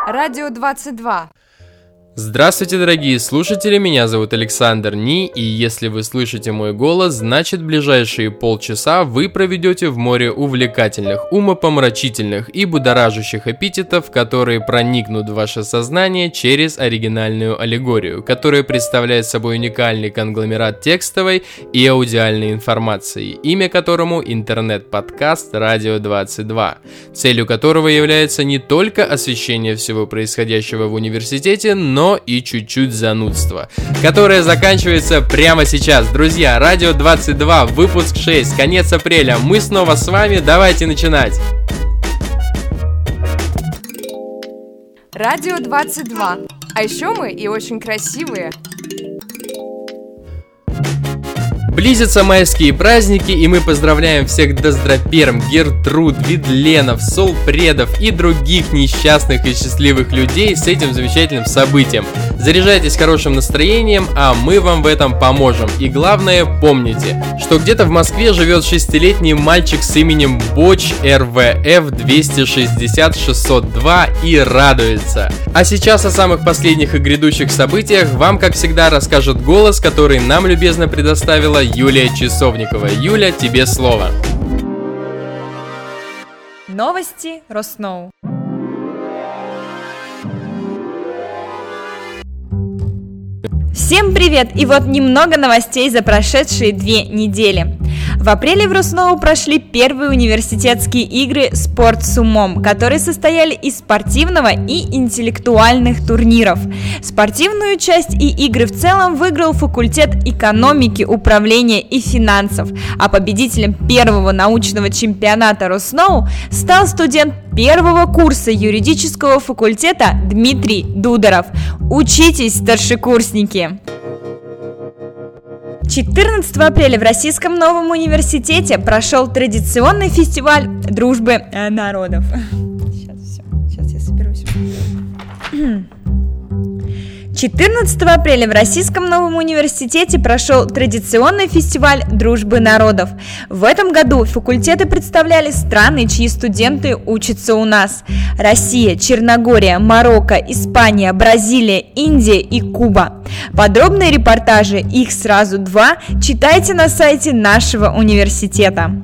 Радио 22. Здравствуйте, дорогие слушатели, меня зовут Александр Ни, и если вы слышите мой голос, значит ближайшие полчаса вы проведете в море увлекательных, умопомрачительных и будоражащих эпитетов, которые проникнут в ваше сознание через оригинальную аллегорию, которая представляет собой уникальный конгломерат текстовой и аудиальной информации, имя которому интернет-подкаст «Радио 22», целью которого является не только освещение всего происходящего в университете, но и чуть-чуть занудство, которое заканчивается прямо сейчас. Друзья, Радио 22, выпуск 6, конец апреля. Мы снова с вами, давайте начинать. Радио 22. А еще мы и очень красивые. Близятся майские праздники, и мы поздравляем всех Доздраперм, Гертруд, Видленов, Солпредов и других несчастных и счастливых людей с этим замечательным событием. Заряжайтесь хорошим настроением, а мы вам в этом поможем. И главное, помните, что где-то в Москве живет 6-летний мальчик с именем Боч РВФ 260-602 и радуется. А сейчас о самых последних и грядущих событиях вам, как всегда, расскажет голос, который нам любезно предоставила Юлия Часовникова. Юля, тебе слово. Новости Росноу. Всем привет! И вот немного новостей за прошедшие 2 недели. В апреле в Росноу прошли первые университетские игры «Спорт с умом», которые состояли из спортивного и интеллектуальных турниров. Спортивную часть и игры в целом выиграл факультет экономики, управления и финансов, а победителем первого научного чемпионата Росноу стал студент первого курса юридического факультета Дмитрий Дударов. Учитесь, старшекурсники! 14 апреля в Российском новом университете прошел традиционный фестиваль дружбы народов. Сейчас я соберусь. 14 апреля в Российском новом университете прошел традиционный фестиваль дружбы народов. В этом году факультеты представляли страны, чьи студенты учатся у нас. Россия, Черногория, Марокко, Испания, Бразилия, Индия и Куба. Подробные репортажи, их сразу 2, читайте на сайте нашего университета.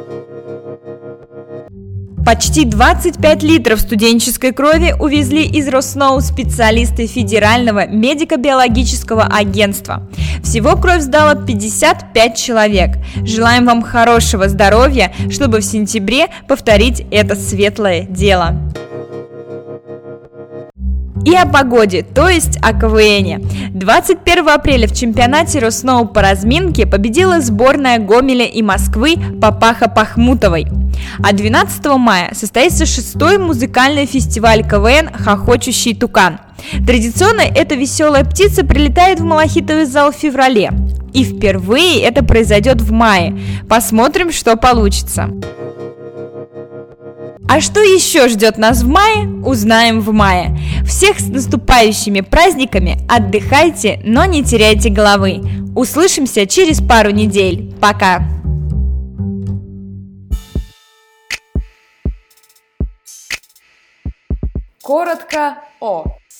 Почти 25 литров студенческой крови увезли из Росноу специалисты Федерального медико-биологического агентства. Всего кровь сдало 55 человек. Желаем вам хорошего здоровья, чтобы в сентябре повторить это светлое дело. И о погоде, то есть о КВНе. 21 апреля в чемпионате Росноу по разминке победила сборная Гомеля и Москвы Папаха Пахмутовой. А 12 мая состоится 6-й музыкальный фестиваль КВН «Хохочущий тукан». Традиционно эта веселая птица прилетает в Малахитовый зал в феврале. И впервые это произойдет в мае. Посмотрим, что получится. А что еще ждет нас в мае, узнаем в мае. Всех с наступающими праздниками, отдыхайте, но не теряйте головы. Услышимся через пару недель. Пока! Коротко о.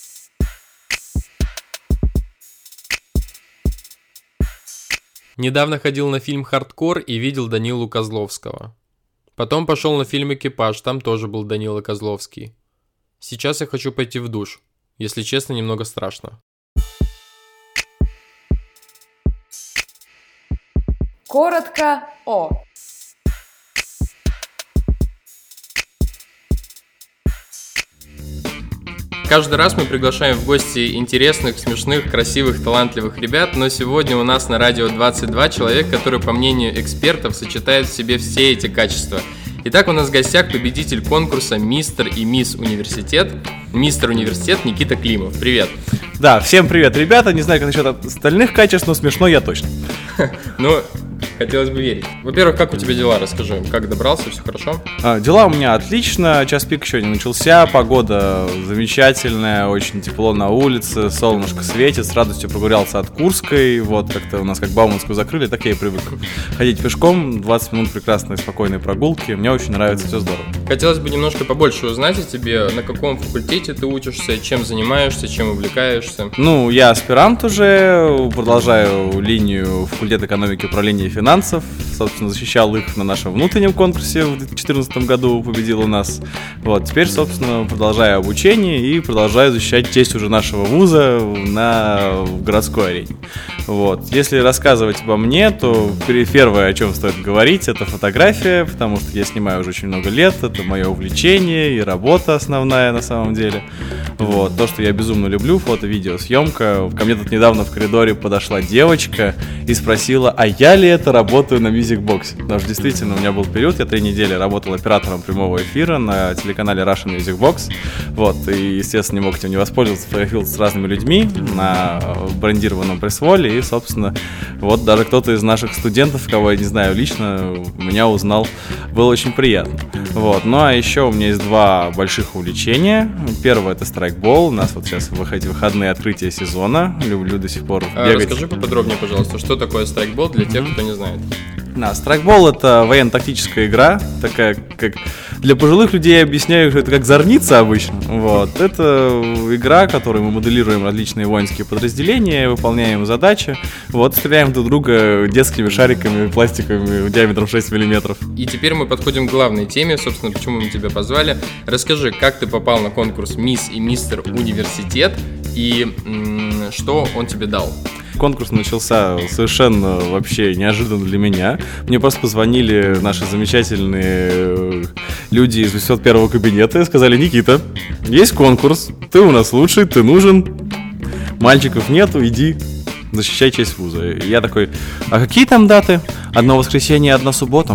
Недавно ходил на фильм «Хардкор» и видел Данилу Козловского. Потом пошел на фильм «Экипаж», там тоже был Данила Козловский. Сейчас я хочу пойти в душ. Если честно, немного страшно. Коротко о. Каждый раз мы приглашаем в гости интересных, смешных, красивых, талантливых ребят, но сегодня у нас на Радио 22 человек, который, по мнению экспертов, сочетает в себе все эти качества. Итак, у нас в гостях победитель конкурса «Мистер и Мисс Университет», мистер университет Никита Климов. Привет! Да, всем привет, ребята. Не знаю, как насчет остальных качеств, но смешно я точно. Ну, Хотелось бы верить. Во-первых, как у тебя дела? Расскажи, как добрался, все хорошо? Дела у меня отлично, час пик еще не начался, погода замечательная, очень тепло на улице, солнышко светит, с радостью прогулялся от Курской, вот как-то у нас как Бауманскую закрыли, так я и привык ходить пешком, 20 минут прекрасной спокойной прогулки, мне очень нравится, все здорово. Хотелось бы немножко побольше узнать о тебе, на каком факультете ты учишься, чем занимаешься, чем увлекаешься. Ну, я аспирант уже, продолжаю линию факультета экономики и управления финансов, собственно, защищал их на нашем внутреннем конкурсе в 2014 году, победил у нас. Вот, теперь, собственно, продолжаю обучение и продолжаю защищать честь уже нашего вуза на городской арене. Вот, если рассказывать обо мне, то первое, о чем стоит говорить, это фотография, потому что я снимаю уже очень много лет, это мое увлечение и работа основная на самом деле. Вот, то, что я безумно люблю, фото-видеосъемка. Ко мне тут недавно в коридоре подошла девочка и спросила, а я ли это работаю на Music Box? Потому что действительно у меня был период, я 3 недели работал оператором прямого эфира на телеканале Russian Music Box. Вот, и, естественно, не мог этим не воспользоваться, фотографировался с разными людьми на брендированном пресс-воле. И, собственно, вот даже кто-то из наших студентов, кого я не знаю лично, меня узнал. Было очень приятно. Вот, ну а еще у меня есть 2 больших увлечения. Первое — это страйкбол. У нас вот сейчас в эти выходные открытие сезона. Люблю до сих пор бегать. Расскажи поподробнее, пожалуйста, что такое страйкбол для тех, кто не знает. Да, страйкбол — это военно-тактическая игра, такая, как для пожилых людей я объясняю, что это как зорница обычно. Вот. Это игра, в которой мы моделируем различные воинские подразделения, выполняем задачи, вот, стреляем друг друга детскими шариками, пластиками диаметром 6 мм. И теперь мы подходим к главной теме, собственно, почему мы тебя позвали. Расскажи, как ты попал на конкурс «Мисс и Мистер Университет» и что он тебе дал? Конкурс начался совершенно вообще неожиданно для меня. Мне просто позвонили наши замечательные люди из 801-го кабинета и сказали: Никита, есть конкурс, ты у нас лучший, ты нужен, мальчиков нету, иди, защищай честь вуза. И я такой: а какие там даты? Одно воскресенье, одна суббота.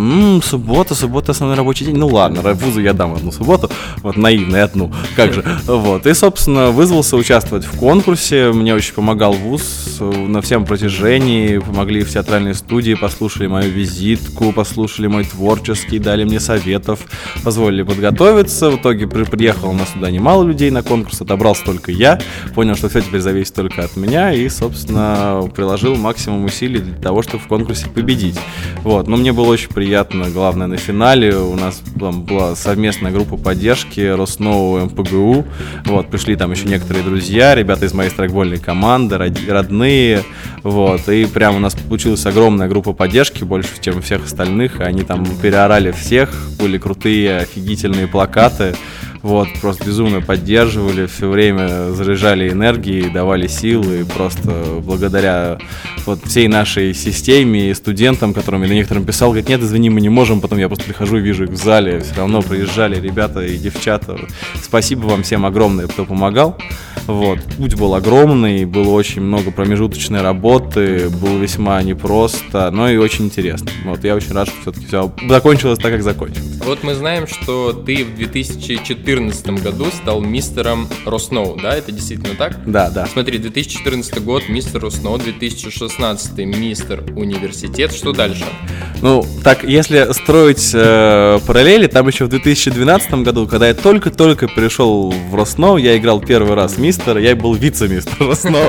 Суббота основной рабочий день. Ну ладно, вузу я дам одну субботу. Вот наивно, одну. Как же. Вот. И, собственно, вызвался участвовать в конкурсе. Мне очень помогал вуз на всем протяжении. Помогли в театральной студии, послушали мою визитку, послушали мой творческий, дали мне советов, позволили подготовиться. В итоге приехало у нас сюда немало людей на конкурс, отобрался только я. Понял, что все теперь зависит только от меня. И, собственно, приложил максимум усилий для того, чтобы в конкурсе победить. Вот, но мне было очень приятно, главное, на финале у нас там была совместная группа поддержки Росноу, МПГУ, вот, пришли там еще некоторые друзья, ребята из моей страйкбольной команды, родные, вот, и прям у нас получилась огромная группа поддержки, больше, чем у всех остальных, они там переорали всех, были крутые, офигительные плакаты. Вот, просто безумно поддерживали, все время заряжали энергией, давали силы, просто благодаря вот всей нашей системе и студентам, которым я на некоторым писал, говорит: нет, извини, мы не можем, потом я просто прихожу и вижу их в зале, все равно приезжали ребята и девчата. Спасибо вам всем огромное, кто помогал. Вот, путь был огромный, было очень много промежуточной работы, было весьма непросто, но и очень интересно. Вот, я очень рад, что все-таки все закончилось так, как закончилось. Вот мы знаем, что ты в 2014 году стал мистером Росноу, да? Это действительно так? Да. Смотри, 2014 год мистер Росноу, 2016 мистер Университет. Что дальше? Ну, так, если строить параллели, там еще в 2012 году, когда я только-только пришел в Росноу, я играл первый раз мистера, я был вице-мистер Росноу.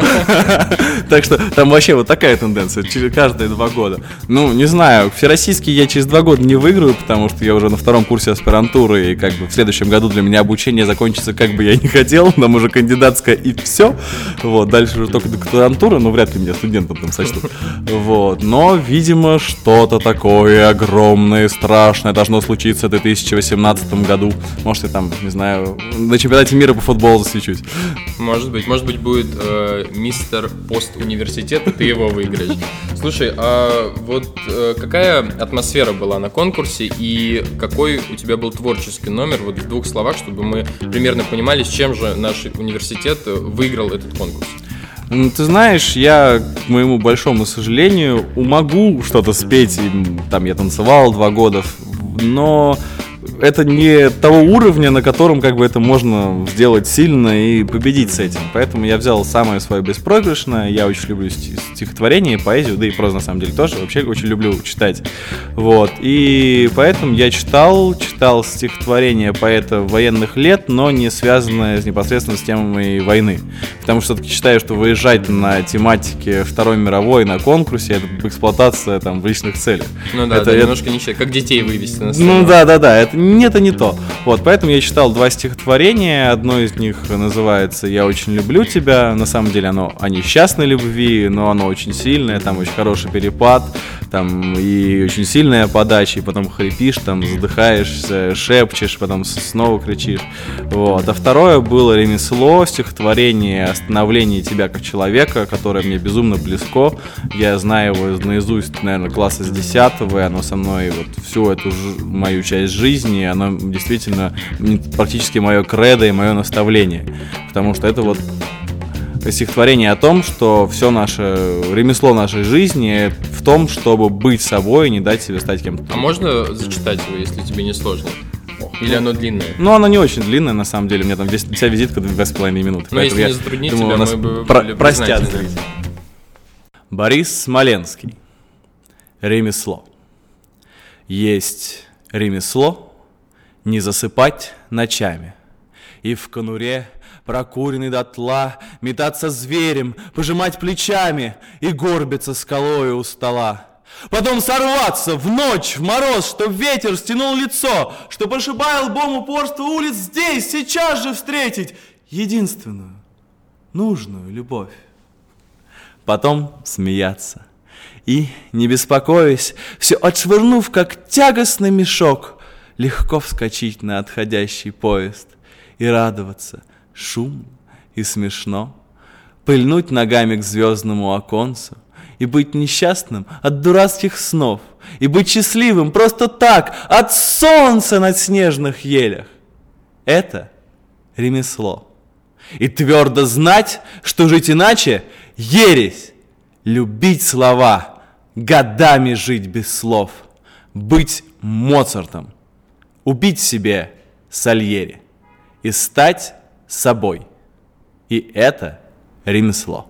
Так что там вообще вот такая тенденция, каждые 2 года. Ну, не знаю, всероссийский я через 2 года не выиграю, потому что я уже на 2-м курсе аспирантуры, и как бы в следующем году для меня обучение закончится, как бы я не хотел, нам уже кандидатская и все. Вот, дальше уже только докторантура, но вряд ли меня студентом там сочтут. Вот, но, видимо, что-то такое огромное, страшное должно случиться в 2018 году. Может, я там, не знаю, на чемпионате мира по футболу засвечусь. Может быть будет мистер пост-университет, и ты его выиграешь. Слушай, а вот какая атмосфера была на конкурсе и какой у тебя был творческий номер, вот в 2 словах, чтобы мы примерно понимали, с чем же наш университет выиграл этот конкурс? Ну, ты знаешь, я, к моему большому сожалению, могу что-то спеть, и, там я танцевал 2 года, но это не того уровня, на котором как бы это можно сделать сильно и победить с этим. Поэтому я взял самое свое беспроигрышное. Я очень люблю стихотворение, поэзию, да и прозу на самом деле тоже. Вообще очень люблю читать. Вот. И поэтому я читал стихотворение поэта военных лет, но не связанное непосредственно с темой войны. Потому что все-таки считаю, что выезжать на тематике Второй мировой на конкурсе — это эксплуатация там в личных целях. Ну да, это немножко не как детей вывести на сцену. Ну да, это не то. Вот, поэтому я читал 2 стихотворения. Одно из них называется «Я очень люблю тебя». На самом деле оно о несчастной любви, но оно очень сильное, там очень хороший перепад, там и очень сильная подача, и потом хрипишь, там задыхаешься, шепчешь, потом снова кричишь. Вот. А второе было «Ремесло», стихотворение о становлении тебя как человека, которое мне безумно близко. Я знаю его наизусть, наверное, класса с 10-го, и оно со мной вот всю эту мою часть жизни, оно действительно практически мое кредо и мое наставление. Потому что это вот стихотворение о том, что все наше ремесло нашей жизни в том, чтобы быть собой и не дать себе стать кем-то. А можно зачитать его, если тебе не сложно? Или оно длинное? Ну, оно не очень длинное, на самом деле. У меня там вся визитка 2,5 минуты. Но если не затруднить думаю, тебя, мы бы были простят зрители. Борис Смоленский. Ремесло. Есть ремесло не засыпать ночами и в конуре, прокуренный дотла, метаться зверем, пожимать плечами и горбиться скалою у стола. Потом сорваться в ночь, в мороз, чтоб ветер стянул лицо, чтоб, пошибая лбом упорство улиц, здесь, сейчас же встретить единственную, нужную любовь. Потом смеяться и, не беспокоясь, все отшвырнув, как тягостный мешок, легко вскочить на отходящий поезд и радоваться шумно и смешно, пыльнуть ногами к звездному оконцу и быть несчастным от дурацких снов, и быть счастливым просто так, от солнца на снежных елях. Это ремесло. И твердо знать, что жить иначе — ересь, любить слова, годами жить без слов, быть Моцартом, убить себе Сальери и стать собой. И это ремесло.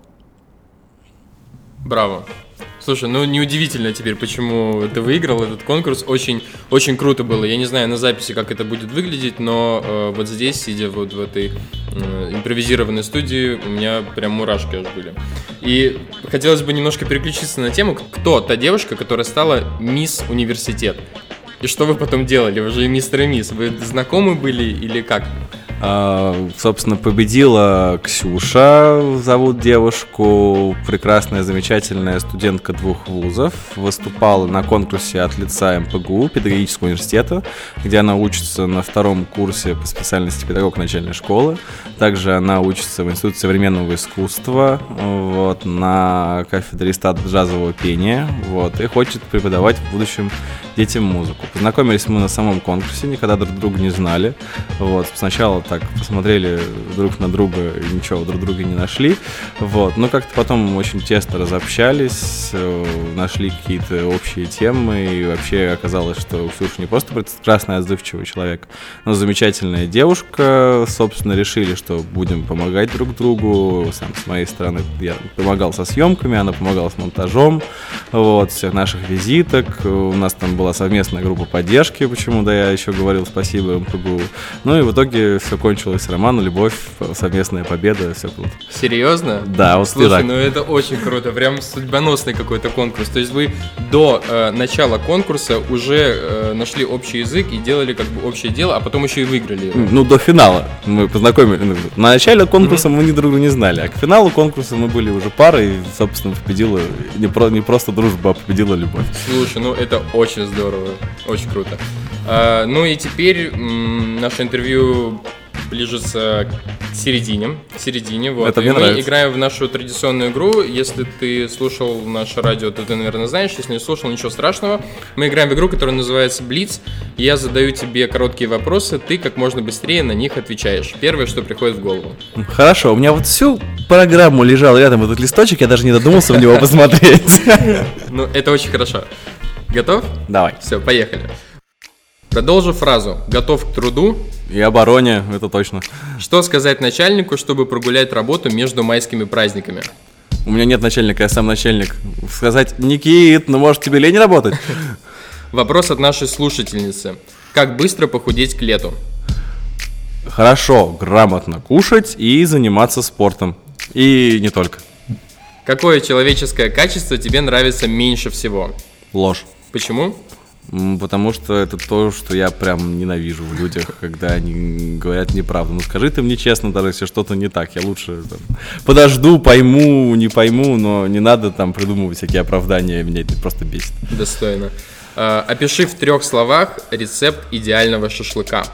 Браво. Слушай, ну неудивительно теперь, почему ты выиграл этот конкурс. Очень, очень круто было. Я не знаю на записи, как это будет выглядеть, но вот здесь, сидя вот в этой импровизированной студии, у меня прям мурашки аж были. И хотелось бы немножко переключиться на тему, кто та девушка, которая стала мисс университет. И что вы потом делали? Вы же мистер и мисс. Вы знакомы были или как? Собственно, победила Ксюша, зовут девушку, прекрасная, замечательная студентка 2 вузов, выступала на конкурсе от лица МПГУ, педагогического университета, где она учится на 2-м курсе по специальности педагог начальной школы. Также она учится в Институте современного искусства, вот, на кафедре эстрадно-джазового пения, вот, и хочет преподавать в будущем детям музыку. Познакомились мы на самом конкурсе, никогда друг друга не знали. Вот, сначала так посмотрели друг на друга и ничего друг друга не нашли. Вот, но как-то потом очень тесно разобщались, нашли какие-то общие темы, и вообще оказалось, что Ксюша не просто прекрасный, отзывчивый человек, но замечательная девушка. Собственно, решили, что будем помогать друг другу. Сам с моей стороны я помогал со съемками, она помогала с монтажом, вот, всех наших визиток. У нас там была совместная группа поддержки, почему, да, я еще говорил спасибо МПГУ. Ну и в итоге все кончилось: роман, любовь, совместная победа, все круто. Серьезно? Да, вот. Слушай, так. Ну это очень круто, прям судьбоносный какой-то конкурс. То есть вы до начала конкурса уже нашли общий язык и делали как бы общее дело, а потом еще и выиграли его. Ну, до финала мы познакомились. На начале конкурса мы друг друга не знали, а к финалу конкурса мы были уже парой, и, собственно, победила не просто дружба, а победила любовь. Слушай, ну это очень здорово, очень круто. Ну и теперь наше интервью ближется к середине. Вот. Это и мне мы нравится. играем в нашу традиционную игру. Если ты слушал наше радио, то ты, наверное, знаешь. Если не слушал, ничего страшного. Мы играем в игру, которая называется Блиц. Я задаю тебе короткие вопросы, ты как можно быстрее на них отвечаешь. Первое, что приходит в голову. Хорошо, у меня вот всю программу лежал рядом этот листочек, я даже не додумался в него посмотреть. Ну, это очень хорошо. Готов? Давай. Все, поехали. Продолжу фразу. Готов к труду. И обороне, это точно. Что сказать начальнику, чтобы прогулять работу между майскими праздниками? У меня нет начальника, я сам начальник. Сказать: Никит, ну может тебе лень работать? Вопрос от нашей слушательницы. Как быстро похудеть к лету? Хорошо, грамотно кушать и заниматься спортом. И не только. Какое человеческое качество тебе нравится меньше всего? Ложь. Почему? Потому что это то, что я прям ненавижу в людях, когда они говорят неправду. Ну скажи ты мне честно, даже если что-то не так, я лучше там подожду, пойму, не пойму, но не надо там придумывать всякие оправдания, меня это просто бесит. Достойно. Опиши в 3 словах рецепт идеального шашлыка.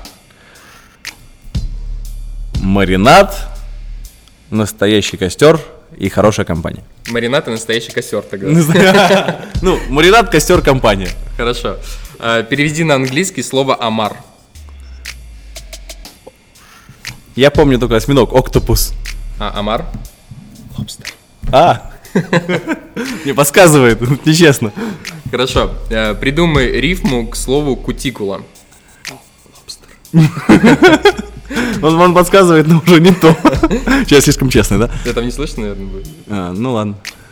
Маринад, настоящий костер и хорошая компания. Маринад и настоящий костер, ты говоришь. Ну, маринад, костер, компания. Хорошо. Переведи на английский слово «омар». Я помню только осьминог, октопус. А омар? Лобстер. Не подсказывает, нечестно. Хорошо. Придумай рифму к слову «кутикула». Он подсказывает, но уже не то. Сейчас слишком честный, да? Это там не слышно, наверное, будет? Ну ладно.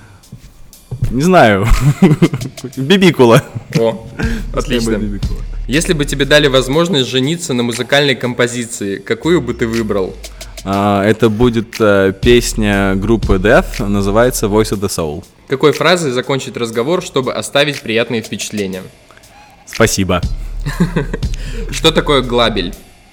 Не знаю. Бибикула. О, отлично. Если бы тебе дали возможность жениться на музыкальной композиции, какую бы ты выбрал? Это будет песня группы Death, называется Voice of the Soul. Какой фразой закончить разговор, чтобы оставить приятные впечатления? Спасибо. Что такое глабель?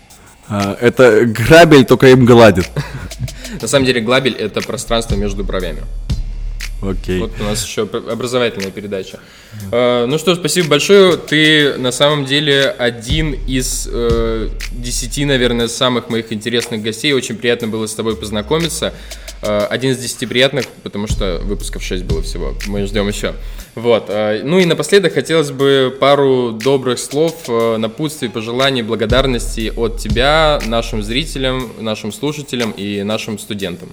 Это грабель, только им гладит. На самом деле глабель — это пространство между бровями. Окей. Вот у нас еще образовательная передача. Ну что ж, спасибо большое. Ты на самом деле один из 10, наверное, самых моих интересных гостей. Очень приятно было с тобой познакомиться. Один из 10 приятных, потому что выпусков 6 было всего. Мы ждем еще. Вот. Ну и напоследок хотелось бы пару добрых слов, напутствий, пожеланий, благодарности от тебя, нашим зрителям, нашим слушателям и нашим студентам.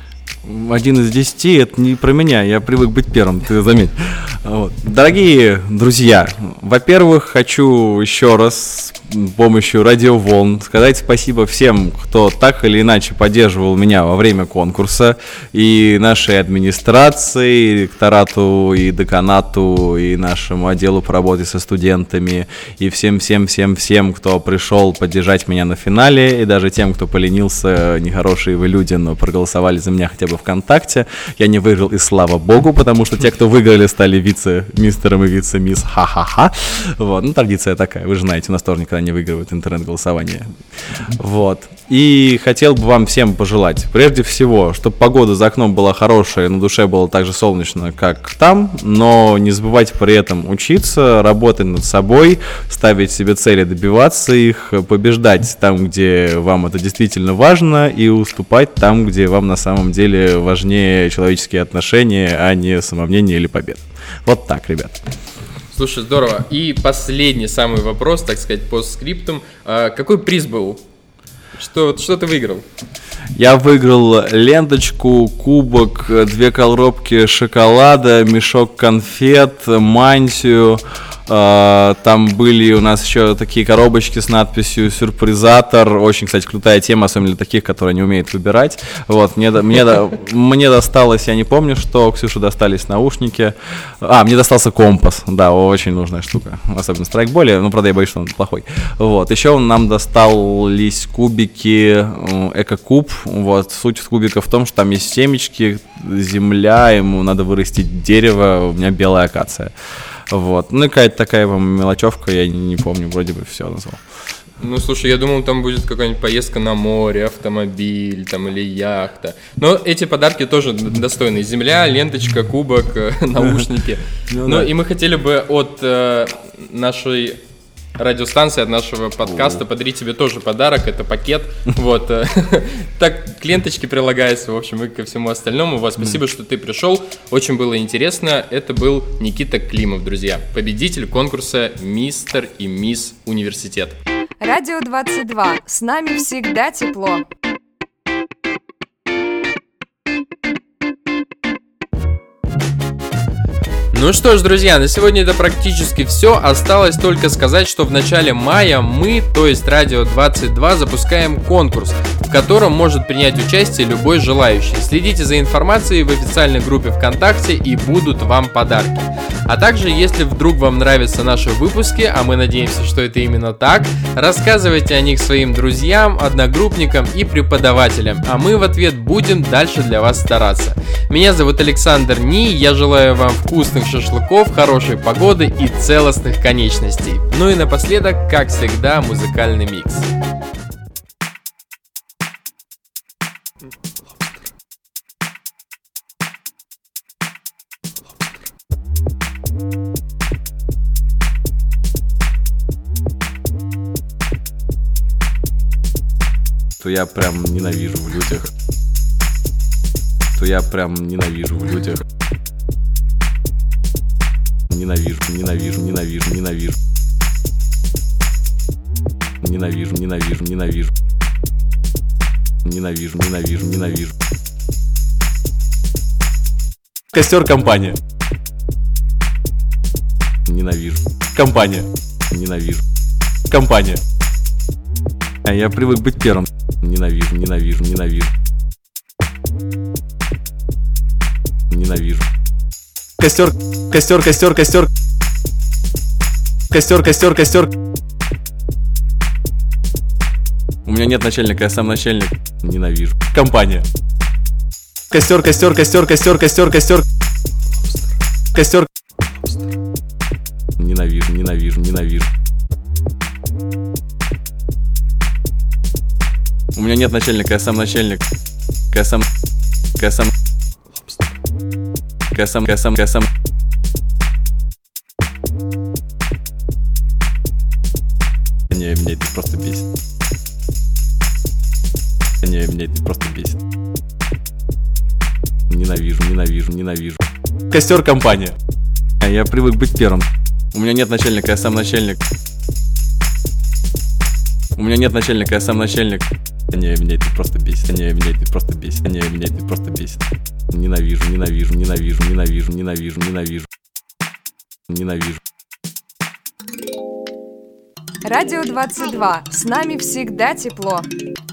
1 из 10 это не про меня, я привык быть первым, ты заметь. Вот. Дорогие друзья, во-первых, хочу еще раз с помощью радиоволн сказать спасибо всем, кто так или иначе поддерживал меня во время конкурса, и нашей администрации, и ректорату, и деканату, и нашему отделу по работе со студентами, и всем, кто пришел поддержать меня на финале, и даже тем, кто поленился, нехорошие вы люди, но проголосовали за меня хотя бы ВКонтакте. Я не выиграл, и слава богу, потому что те, кто выиграли, стали вице-мистером и вице-мисс. Ха-ха-ха. Вот, ну, традиция такая. Вы же знаете, у нас тоже никогда не выигрывают интернет-голосование. Вот. И хотел бы вам всем пожелать, прежде всего, чтобы погода за окном была хорошая, на душе было так же солнечно, как там, но не забывайте при этом учиться, работать над собой, ставить себе цели, добиваться их, побеждать там, где вам это действительно важно, и уступать там, где вам на самом деле важнее человеческие отношения, а не самомнение или победа. Вот так, ребят. Слушай, здорово. И последний самый вопрос, так сказать, постскриптум. Какой приз был? Что ты выиграл? Я выиграл ленточку, кубок, 2 коробки шоколада, мешок конфет, мантию. Там были у нас еще такие коробочки с надписью «Сюрпризатор». Очень, кстати, крутая тема, особенно для таких, которые не умеют выбирать. Вот, мне досталось, я не помню, что, Ксюше достались наушники. Мне достался компас, да, очень нужная штука. Особенно страйкболе, но, правда, я боюсь, что он плохой. Вот, еще нам достались кубики Эко-куб. Вот, суть кубика в том, что там есть семечки, земля, ему надо вырастить дерево, у меня белая акация. Вот. Ну и какая-то такая мелочевка, я не помню, вроде бы все назвал. Ну, слушай, я думал, там будет какая-нибудь поездка на море, автомобиль там или яхта. Но эти подарки тоже достойные. Земля, ленточка, кубок, наушники. Ну и мы хотели бы от нашей радиостанции, от нашего подкаста подарить тебе тоже подарок. Это пакет. Вот. Так к ленточке прилагается, в общем, и ко всему остальному. Вас спасибо, что ты пришел. Очень было интересно. Это был Никита Климов, друзья. Победитель конкурса «Мистер и Мисс Университет». Радио 22. С нами всегда тепло. Ну что ж, друзья, на сегодня это практически все. Осталось только сказать, что в начале мая мы, то есть Радио 22, запускаем конкурс, в котором может принять участие любой желающий. Следите за информацией в официальной группе ВКонтакте, и будут вам подарки. А также, если вдруг вам нравятся наши выпуски, а мы надеемся, что это именно так, рассказывайте о них своим друзьям, одногруппникам и преподавателям, а мы в ответ будем дальше для вас стараться. Меня зовут Александр Ни, я желаю вам вкусных шашлыков, хорошей погоды и целостных конечностей. Ну и напоследок, как всегда, музыкальный микс. То я прям ненавижу в людях. То я прям ненавижу в людях. Ненавижу. Ненавижу. Ненавижу. Костер компания. Ненавижу. Компания. Ненавижу. Компания. Я привык быть первым. Ненавижу. Костер. У меня нет начальника, я сам начальник. Ненавижу. Компания. Костер. Ненавижу. У меня нет начальника, я сам начальник. Я сам. Не, меня это просто бесит. Меня это просто бесит. Ненавижу. Костер компания. Я привык быть первым. У меня нет начальника, я сам начальник. У меня нет начальника, я сам начальник. Не, меня это просто бесит. Меня это просто бесит. Ненавижу. Радио 22. С нами всегда тепло.